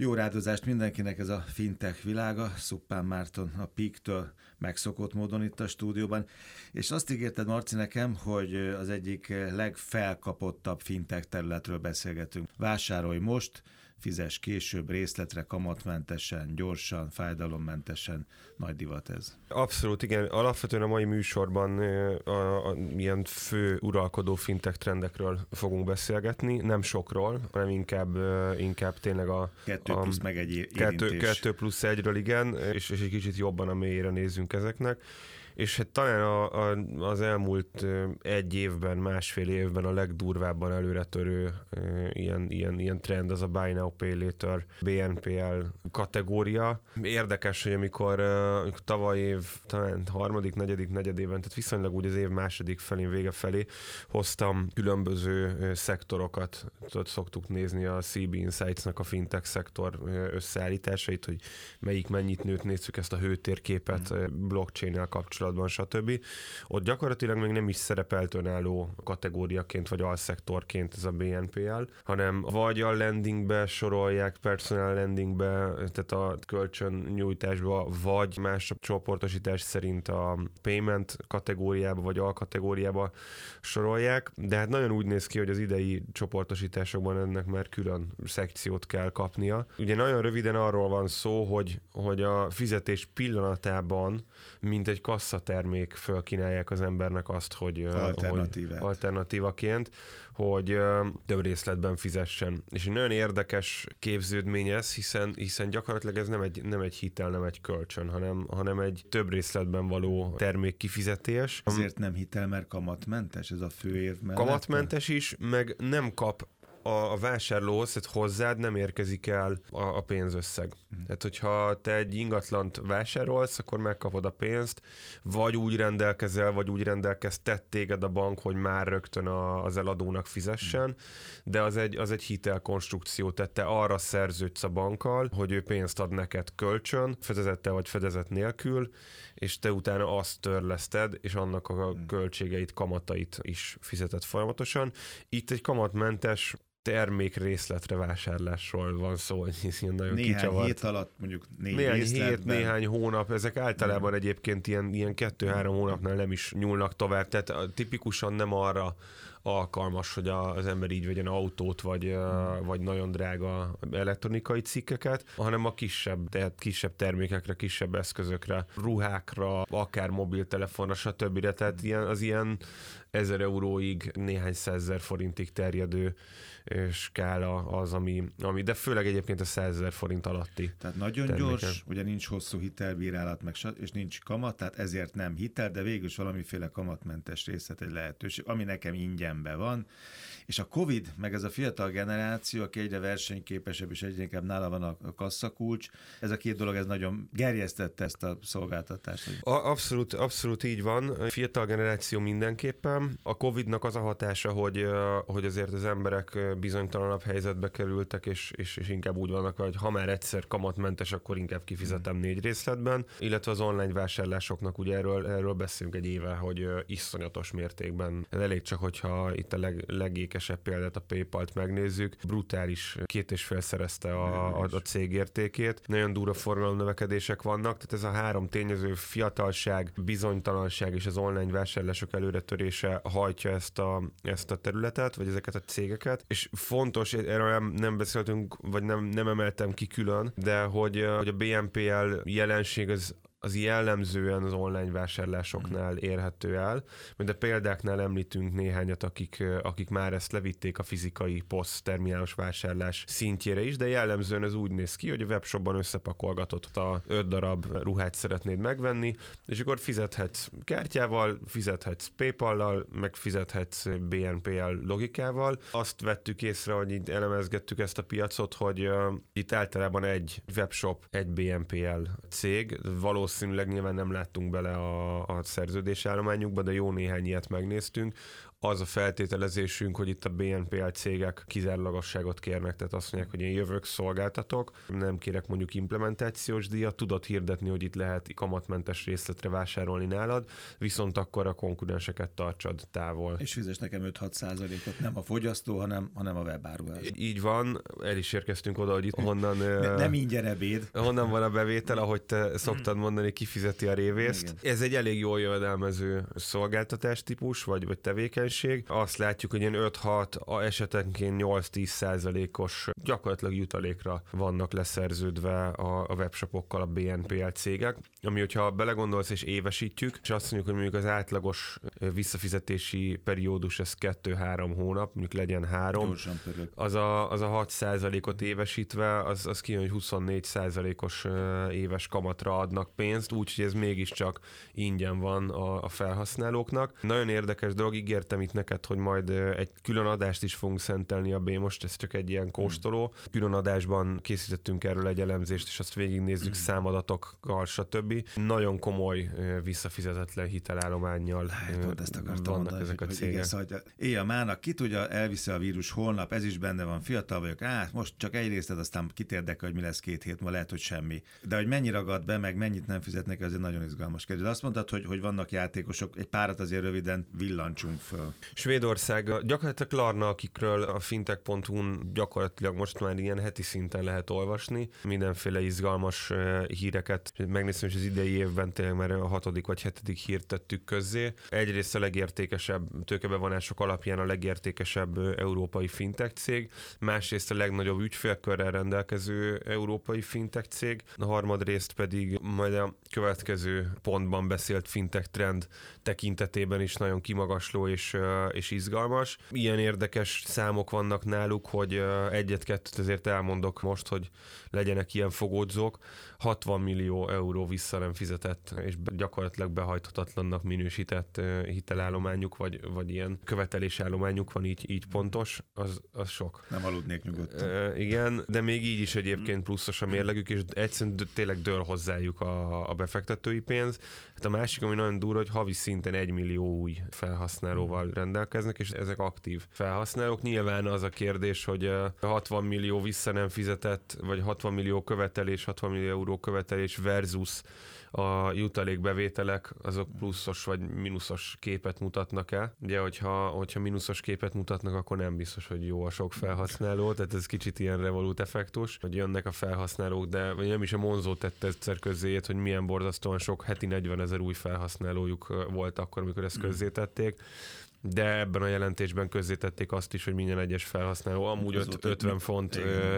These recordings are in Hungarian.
Jó rádozást mindenkinek, ez a fintech világa. Szuppán Márton a Peak-től megszokott módon itt a stúdióban. És azt ígérted, Marci, nekem, hogy az egyik legfelkapottabb fintech területről beszélgetünk. Vásárolj most, fizess később, részletre, kamatmentesen, gyorsan, fájdalommentesen. Nagy divat ez. Abszolút, igen. Alapvetően a mai műsorban ilyen fő uralkodó fintech trendekről fogunk beszélgetni. Nem sokról, hanem inkább tényleg a 2+1-ről, igen, és egy kicsit jobban a mélyére nézzünk ezeknek. És hát talán az elmúlt másfél évben a legdurvábban előretörő ilyen trend az a Buy Now Pay Later BNPL kategória. Érdekes, hogy amikor tavaly év talán harmadik, negyedében, tehát viszonylag úgy az év második felén, vége felé hoztam különböző szektorokat, szoktuk nézni a CB Insights-nak a fintech szektor összeállításait, hogy melyik mennyit nőtt, nézzük ezt a hőtérképet blockchain-nel kapcsolatban, stb. Ott gyakorlatilag még nem is szerepelt önálló kategóriaként, vagy alszektorként ez a BNPL, hanem vagy a lendingbe sorolják, personal lendingbe, tehát a kölcsönnyújtásba, vagy más csoportosítás szerint a payment kategóriába, vagy alkategóriába sorolják, de hát nagyon úgy néz ki, hogy az idei csoportosításokban ennek már külön szekciót kell kapnia. Ugye nagyon röviden arról van szó, hogy a fizetés pillanatában, mint egy kasszatermék fölkínálják az embernek azt, hogy alternatívaként, hogy több részletben fizessen. És egy nagyon érdekes képződmény ez, hiszen gyakorlatilag ez nem egy hitel, nem egy kölcsön, hanem egy több részletben való termék kifizetés. Azért nem hitel, mert kamatmentes, ez a fő érv mellett? Kamatmentes is, meg nem kap a vásárlóhoz, tehát hozzád nem érkezik el a pénzösszeg. Tehát, hogyha te egy ingatlant vásárolsz, akkor megkapod a pénzt, vagy úgy rendelkezel, vagy úgy rendelkeztet téged a bank, hogy már rögtön az eladónak fizessen, de az egy hitelkonstrukció, tehát te arra szerződsz a bankkal, hogy ő pénzt ad neked kölcsön, fedezettel vagy fedezet nélkül, és te utána azt törleszted, és annak a költségeit, kamatait is fizeted folyamatosan. Itt egy kamatmentes termék részletre vásárlásról van szó, hogy nagyon kicsavart. Néhány hét alatt, mondjuk néhány hónap, ezek általában egyébként ilyen 2-3 hónapnál nem is nyúlnak tovább, tehát tipikusan nem arra alkalmas, hogy az ember így vegyen autót, vagy nagyon drága elektronikai cikkeket, hanem a kisebb termékekre, kisebb eszközökre, ruhákra, akár mobiltelefonra, stb. Tehát az ilyen 1000 euróig, néhány 100 000 forintig terjedő skála az, ami, de főleg egyébként a 100 000 forint alatti. Tehát nagyon gyors, ugye nincs hosszú hitelbírálat, és nincs kamat, tehát ezért nem hitel, de végül is valamiféle kamatmentes részlet egy lehetőség, ami nekem ingyenben van. És a Covid, meg ez a fiatal generáció, aki egyre versenyképesebb, és egyre inkább nála van a kasszakulcs, ez a két dolog, ez nagyon gerjesztette ezt a szolgáltatást. Abszolút így van. A fiatal generáció mindenképpen. A Covidnak az a hatása, hogy azért az emberek bizonytalanabb helyzetbe kerültek, és inkább úgy vannak, hogy ha már egyszer kamatmentes, akkor inkább kifizetem 4 részletben, illetve az online vásárlásoknak ugye erről beszélünk egy éve, hogy iszonyatos mértékben. Ez elég csak, hogyha itt a legékesebb példát, a PayPal-t megnézzük, brutális 2,5-szerezte a cég értékét. Nagyon durva forgalomnövekedések vannak, tehát ez a 3 tényező, fiatalság, bizonytalanság és az online vásárlások előretörése hajtja ezt a területet, vagy ezeket a cégeket. És fontos, erről nem beszéltünk, vagy nem emeltem ki külön, de hogy a BNPL jelenség az jellemzően az online vásárlásoknál érhető el. De példáknál említünk néhányat, akik már ezt levitték a fizikai POS terminálos vásárlás szintjére is, de jellemzően ez úgy néz ki, hogy a webshopban összepakolgatott a 5 darab ruhát szeretnéd megvenni, és akkor fizethetsz kártyával, fizethetsz PayPal-lal, meg fizethetsz BNPL logikával. Azt vettük észre, hogy így elemezgettük ezt a piacot, hogy itt általában egy webshop, egy BNPL cég, valószínűleg nyilván nem láttunk bele a szerződésállományukba, de jó néhány ilyet megnéztünk, az a feltételezésünk, hogy itt a BNPL cégek kizárólagosságot kérnek, tehát azt mondják, hogy én jövök, szolgáltatok, nem kérek mondjuk implementációs díjat, tudod hirdetni, hogy itt lehet kamatmentes részletre vásárolni nálad, viszont akkor a konkurenseket tartsad távol. És fizes nekem 5-6%-ot, nem a fogyasztó, hanem a webáruházó. Így van, el is érkeztünk oda, hogy itt honnan... Nem ingyen ebéd. Honnan van a bevétel, ahogy te szoktad mondani, kifizeti a révészt. Igen. Ez egy elég jól jövedelmező szolgáltatás típus, vagy tevékenység. Azt látjuk, hogy ilyen 5-6, esetenként 8-10%-os gyakorlatilag jutalékra vannak leszerződve a webshopokkal a BNPL cégek, ami hogyha belegondolsz és évesítjük, és azt mondjuk, hogy mondjuk az átlagos visszafizetési periódus ez 2-3 hónap, mondjuk legyen 3, az a 6%-ot évesítve, az kijön, hogy 24%-os éves kamatra adnak pénzt, úgyhogy ez mégiscsak ingyen van a felhasználóknak. Nagyon érdekes dolog, ígértem itt neked, hogy majd egy külön adást is fogunk szentelni a most ez csak egy ilyen kóstoló. Külön adásban készítettünk erről egy elemzést, és azt végignézzük számadatokkal, stb. Nagyon komoly visszafizetetlen hitelállománnyal vannak ezek a cégek. Éjjel-mának, ki tudja, elviszi a vírus holnap, ez is benne van, fiatal vagyok, most csak egy részlet, aztán kit érdekel, hogy mi lesz 2 hét múlva, lehet, hogy semmi. De hogy mennyi ragad be, meg mennyit nem fizetnek, ez egy nagyon izgalmas kérdés. Azt mondtad, hogy vannak játékosok, egy párat azért röviden villancsunk föl. Svédország, gyakorlatilag Klarna, akikről a fintech.hu-n gyakorlatilag most már ilyen heti szinten lehet olvasni. Mindenféle izgalmas híreket. Megnéztem, hogy az idei évben tényleg már a 6. vagy 7. hírt tettük közzé. Egyrészt a legértékesebb tőkebevonások alapján a legértékesebb európai fintech cég, másrészt a legnagyobb ügyfélkörrel rendelkező európai fintech cég, a harmadrészt pedig majd a következő pontban beszélt fintech trend tekintetében is nagyon kimagasló és izgalmas. Ilyen érdekes számok vannak náluk, hogy egyet-kettőt azért elmondok most, hogy legyenek ilyen fogódzók. 60 millió euró vissza nem fizetett, és gyakorlatilag behajthatatlannak minősített hitelállományuk, vagy ilyen követelésállományuk van, így pontos, az sok. Nem aludnék nyugodtan. Igen, de még így is egyébként pluszos a mérlegük, és egyszerűen tényleg dől hozzájuk a befektetői pénz. Hát a másik, ami nagyon durva, hogy havi szinten 1 millió új felhasználóval rendelkeznek, és ezek aktív felhasználók. Nyilván az a kérdés, hogy 60 millió vissza nem fizetett, vagy 60 millió követelés, 60 millió euró követelés versus a jutalékbevételek, azok pluszos vagy mínuszos képet mutatnak el. Ugye, hogyha mínuszos képet mutatnak, akkor nem biztos, hogy jó a sok felhasználó, tehát ez kicsit ilyen Revolut effektus, hogy jönnek a felhasználók, de vagy nem is a Monzo tette egyszer közzéjét, hogy milyen borzasztóan sok, heti 40 000 új felhasználójuk volt akkor, amikor ezt közzétették. De ebben a jelentésben közzétették azt is, hogy minden egyes felhasználó amúgy 50 font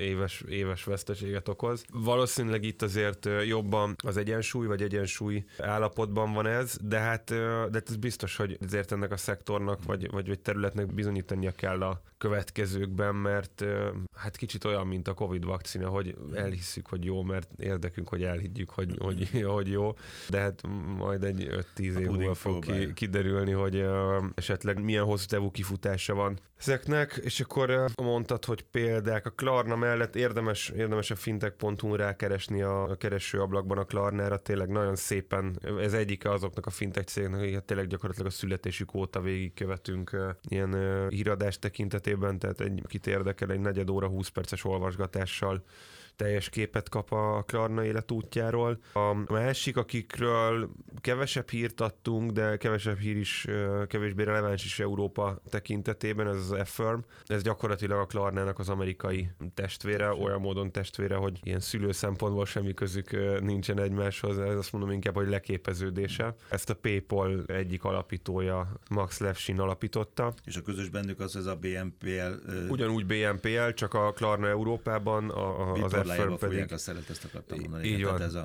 éves veszteséget okoz. Valószínűleg itt azért jobban az egyensúly állapotban van ez, de hát de ez biztos, hogy azért ennek a szektornak vagy területnek bizonyítania kell a következőkben, mert hát kicsit olyan, mint a Covid vakcina, hogy elhisszük, hogy jó, mert érdekünk, hogy elhiggyük, hogy jó, de hát majd egy 5-10 év múlva fog kiderülni, hogy esetleg milyen hosszú távú kifutása van ezeknek, és akkor mondtad, hogy példák a Klarna mellett érdemes a fintech.hu-n rákeresni a keresőablakban a Klarnára, tényleg nagyon szépen, ez egyike azoknak a fintech cégnek, akiket tényleg gyakorlatilag a születésük óta végigkövetünk ilyen híradás tekintetében, tehát kit érdekel, egy negyed óra 20 perces olvasgatással teljes képet kap a Klarna életútjáról. A másik, akikről kevesebb hírt adtunk, de kevesebb hír is, kevésbé releváns is Európa tekintetében, ez az Affirm. Ez gyakorlatilag a Klarnának az amerikai testvére, olyan módon testvére, hogy ilyen szülő szempontból semmi közük nincsen egymáshoz, ez azt mondom inkább, hogy leképeződése. Ezt a PayPal egyik alapítója, Max Levchin alapította. És a közös bennük az, ez a BNPL... Ugyanúgy BNPL, csak a Klarna Európában, az Affirm pedig... a szeret, ezt akartam mondani. Így van, ez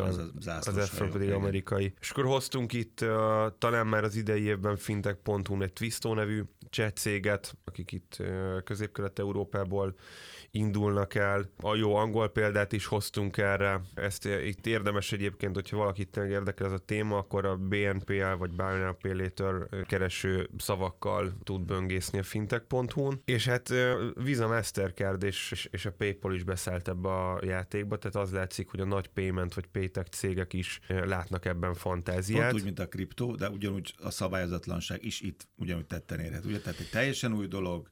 az Affirm pedig amerikai. És akkor hoztunk itt talán már az idei évben fintech.hu-n egy Twisto nevű cseh céget, akik itt Közép-Kelet-Európából indulnak el. A jó angol példát is hoztunk erre. Ezt itt érdemes egyébként, hogyha valakit tényleg érdekel ez a téma, akkor a BNPL vagy Buy Now Pay Later kereső szavakkal tud böngészni a fintech.hu-n. És hát Visa, Mastercard és a PayPal is beszállt ebbe a játékba, tehát az látszik, hogy a nagy payment vagy paytech cégek is látnak ebben fantáziát. Pont úgy, mint a kriptó, de ugyanúgy a szabályozatlanság is itt ugyanúgy tetten érhet. Ugye? Tehát egy teljesen új dolog.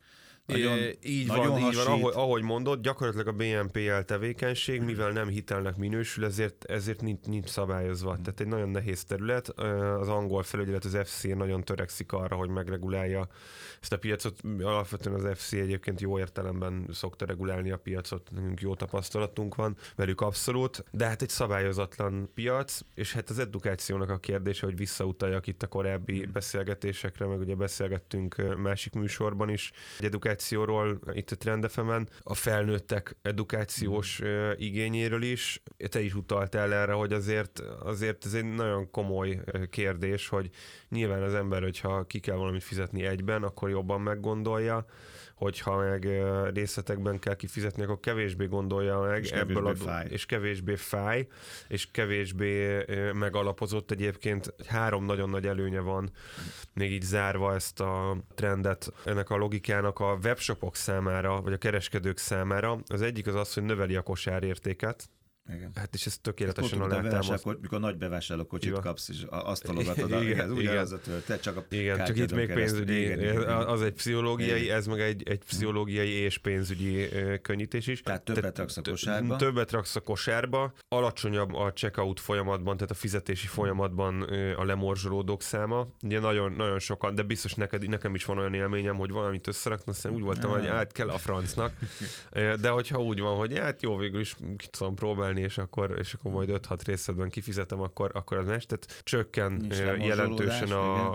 Így van, ahogy mondod, gyakorlatilag a BNPL tevékenység, mivel nem hitelnek minősül, ezért nincs szabályozva. Tehát egy nagyon nehéz terület. Az angol felügyelet, az FCA nagyon törekszik arra, hogy megregulálja ezt a piacot. Alapvetően az FCA egyébként jó értelemben szokta regulálni a piacot, nekünk jó tapasztalatunk van velük abszolút, de hát egy szabályozatlan piac, és hát az edukációnak a kérdése, hogy visszautaljak itt a korábbi beszélgetésekre, meg ugye beszélgettünk másik műsorban is, egy edukációról itt a Trend FM-en, a felnőttek edukációs igényéről is. Te is utaltál erre, hogy azért ez egy nagyon komoly kérdés, hogy nyilván az ember, hogyha ki kell valamit fizetni egyben, akkor jobban meggondolja, hogyha meg részletekben kell kifizetni, akkor kevésbé gondolja meg, és kevésbé fáj, és kevésbé megalapozott. Egyébként 3 nagyon nagy előnye van, még így zárva ezt a trendet, ennek a logikának a webshopok számára, vagy a kereskedők számára. Az egyik az, hogy növeli a kosárértéket. Igen. Hát és ez tökéletesen alátámaszt. Mikor nagy bevásárlókocsit kapsz, és azt tologatod, ugyanaz a töltet, csak a csak itt még pénzügyi, az egy pszichológiai, ez meg egy pszichológiai és pénzügyi könnyítés is. Tehát többet raksz a kosárba. Többet raksz a kosárba, alacsonyabb a checkout folyamatban, tehát a fizetési folyamatban a lemorzsolódók száma. Ugye nagyon, nagyon sokan, de biztos nekem is van olyan élményem, hogy valamit összeraktam, aztán úgy voltam, hogy át kell a francnak. De hogyha úgy van, hogy hát jó, végül is ki tudom próbálni, és akkor majd 5-6 részletben kifizetem, akkor az más. Tehát csökken jelentősen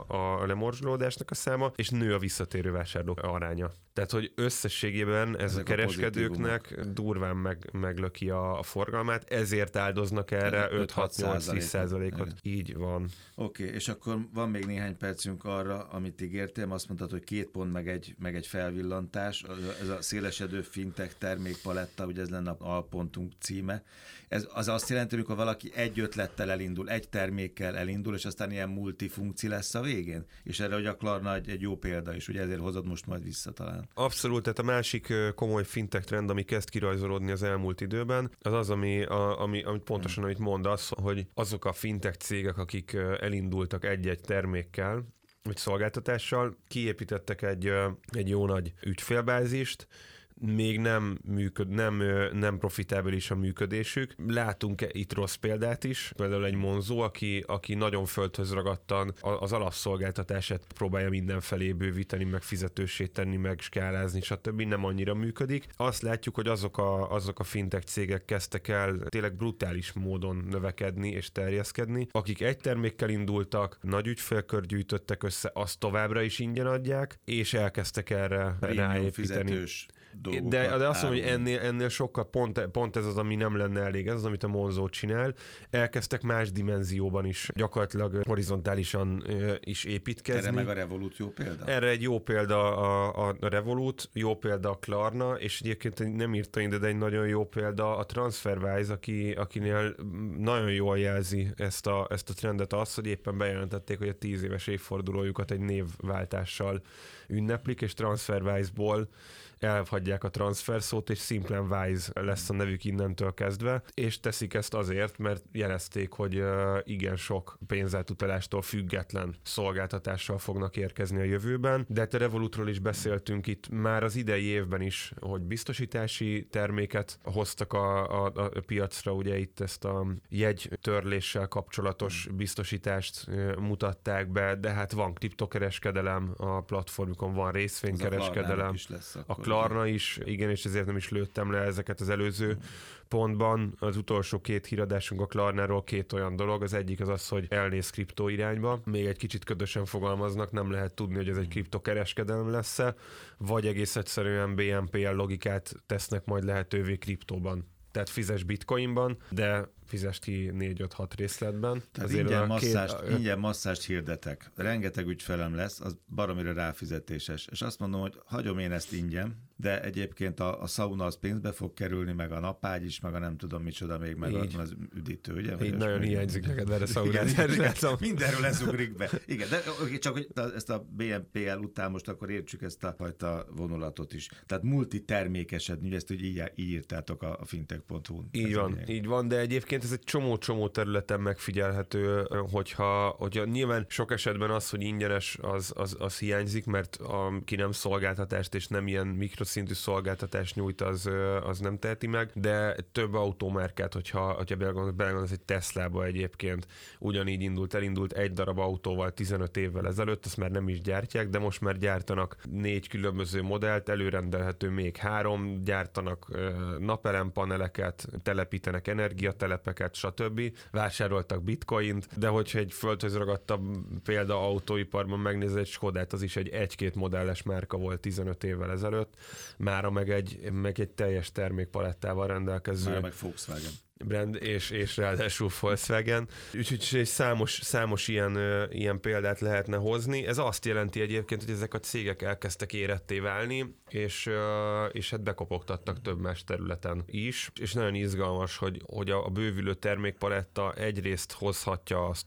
a lemorzsolódásnak a száma, és nő a visszatérő vásárlók aránya. Tehát, hogy összességében ez a kereskedőknek durván meglöki a forgalmát, ezért áldoznak erre 5-6-8-10%-ot. Így van. Oké, és akkor van még néhány percünk arra, amit ígértem, azt mondtad, hogy 2 pont meg egy felvillantás, ez a szélesedő fintech termékpaletta, ugye ez lenne a alpontunk címe. Ez az azt jelenti, amikor valaki egy ötlettel elindul, egy termékkel elindul, és aztán ilyen multifunkci lesz a végén? És erre, hogy a Klarna egy jó példa is, ugye ezért hozod most majd vissza talán. Abszolút, tehát a másik komoly fintech trend, ami kezd kirajzolódni az elmúlt időben, az, amit pontosan, amit mondasz, hogy azok a fintech cégek, akik elindultak egy-egy termékkel, vagy szolgáltatással, kiépítettek egy jó nagy ügyfélbázist, még nem profitábilis a működésük. Látunk itt rossz példát is, például egy Monzo, aki nagyon földhöz ragadtan az alapszolgáltatását próbálja mindenfelé bővíteni, meg fizetőssé tenni, meg skálázni, stb. Nem annyira működik. Azt látjuk, hogy azok a fintech cégek kezdtek el tényleg brutális módon növekedni és terjeszkedni. Akik egy termékkel indultak, nagy ügyfélkört gyűjtöttek össze, azt továbbra is ingyen adják, és elkezdtek erre ráépíteni. De azt mondom, hogy ennél sokkal pont ez az, ami nem lenne elég, ez az, amit a Monzo csinál. Elkezdtek más dimenzióban is, gyakorlatilag horizontálisan is építkezni. Erre meg a Revolut jó példa? Erre egy jó példa a Revolut, jó példa a Klarna, és egyébként nem írta ide, de egy nagyon jó példa a TransferWise, akinél nagyon jól jelzi ezt a trendet az, hogy éppen bejelentették, hogy a 10 éves évfordulójukat egy névváltással ünneplik, és TransferWise-ból elhagyják a transfer szót, és szimplán Wise lesz a nevük innentől kezdve, és teszik ezt azért, mert jelezték, hogy igen sok pénzátutalástól független szolgáltatással fognak érkezni a jövőben, de a Revolutról is beszéltünk itt már az idei évben is, hogy biztosítási terméket hoztak a piacra, ugye itt ezt a jegytörléssel kapcsolatos biztosítást mutatták be, de hát van kriptokereskedelem a platformukon, van részvénykereskedelem. A Klarna is, igen, és ezért nem is lőttem le ezeket az előző pontban. Az utolsó 2 híradásunk a Klarnáról 2 olyan dolog. Az egyik az, hogy elnéz kriptó irányba. Még egy kicsit ködösen fogalmaznak, nem lehet tudni, hogy ez egy kriptokereskedelem lesz-e, vagy egész egyszerűen BNPL logikát tesznek majd lehetővé kriptóban. Tehát fizes bitcoinban, de fizes ki 4-5-6 részletben. Tehát ingyen masszást hirdetek. Rengeteg ügyfelem lesz, az baromira ráfizetéses. És azt mondom, hogy hagyom én ezt ingyen, de egyébként a szauna az pénzbe fog kerülni, meg a napágy is, meg a nem tudom micsoda még, meg az üdítő, ugye? Így nagyon hiányzik neked erre szauna. Mindenről leszugrik be. Igen, de csak hogy ezt a BNPL után most akkor értsük ezt a fajta vonulatot is. Tehát multitermékesedni, ezt úgy így írtátok a fintech.hu-n. Így van, de egyébként ez egy csomó területen megfigyelhető, hogyha nyilván sok esetben az, hogy ingyenes, az hiányzik, mert aki nem szolgáltatást és nem ilyen mikroszintű szolgáltatást nyújt, az nem teheti meg, de több autómárkát, hogyha belegondolsz egy Teslába egyébként, ugyanígy elindult egy darab autóval 15 évvel ezelőtt, azt már nem is gyártják, de most már gyártanak 4 különböző modellt, előrendelhető még 3, gyártanak napelempaneleket, telepítenek energiatelepeket, stb. Vásároltak bitcoint, de hogyha egy földhöz ragadtabb példa autóiparban megnézed, egy Skodát, az is egy 1-2 modelles márka volt 15 évvel ezelőtt, mára meg egy teljes termékpalettával rendelkező. Mára meg Volkswagen brand, és ráadásul Volkswagen. Úgyhogy számos ilyen példát lehetne hozni. Ez azt jelenti egyébként, hogy ezek a cégek elkezdtek éretté válni, és hát bekopogtattak több más területen is, és nagyon izgalmas, hogy a bővülő termékpaletta egyrészt hozhatja azt,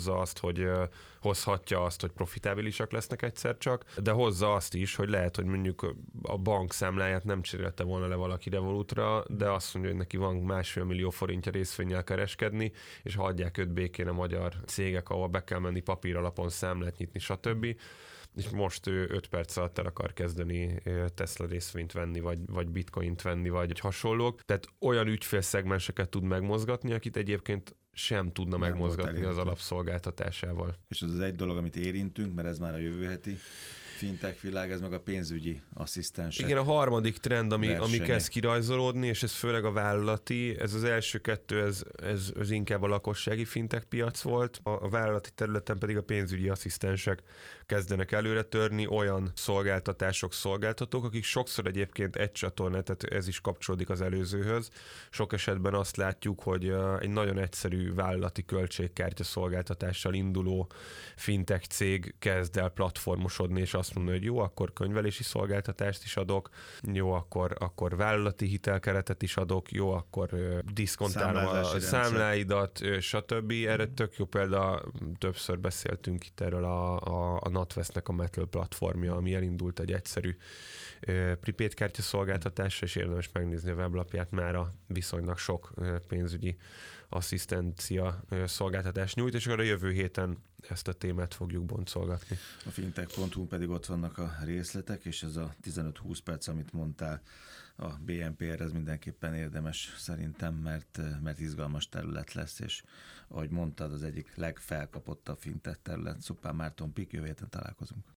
hogy profitábilisak lesznek egyszer csak, de hozza azt is, hogy lehet, hogy mondjuk a bankszámláját nem cserélte volna le valaki Revolutra, de azt mondja, hogy neki van 1,5 millió forintja részvénnyel kereskedni, és hagyják őt békén a magyar cégek, ahol be kell menni papír alapon számlát nyitni, stb. És most ő 5 perc alatt el akar kezdeni Tesla részvényt venni, vagy bitcoint venni, vagy hasonlók. Tehát olyan ügyfélszegmenseket tud megmozgatni, akit egyébként sem tudna megmozgatni az alapszolgáltatásával. És az egy dolog, amit érintünk, mert ez már a jövő heti fintech világ, ez meg a pénzügyi asszisztensek. Igen, a harmadik trend, ami kezd kirajzolódni, és ez főleg a vállalati, ez az első 2, ez inkább a lakossági fintech piac volt, a vállalati területen pedig a pénzügyi asszisztensek kezdenek előre törni, olyan szolgáltatók, akik sokszor egyébként egy csatornát, tehát ez is kapcsolódik az előzőhöz. Sok esetben azt látjuk, hogy egy nagyon egyszerű vállalati költségkártya szolgáltatással induló fintech cég kezd el platformosodni, és azt mondja, hogy jó, akkor könyvelési szolgáltatást is adok, jó, akkor vállalati hitelkeretet is adok, jó, akkor diszkontálom a számláidat, stb. Erre tök jó példa, többször beszéltünk itt erről a NatWestnek a Metal platformja, ami elindult egy egyszerű prepaid kártya szolgáltatásra, és érdemes megnézni a weblapját, már a viszonylag sok pénzügyi asszisztencia szolgáltatást nyújt, és akkor a jövő héten ezt a témát fogjuk boncolgatni. A fintech.hu pedig ott vannak a részletek, és ez a 15-20 perc, amit mondtál, a BNPL, ez mindenképpen érdemes szerintem, mert izgalmas terület lesz, és ahogy mondtad, az egyik legfelkapottabb fintech terület. Szuppán Márton Pik, jövő héten találkozunk.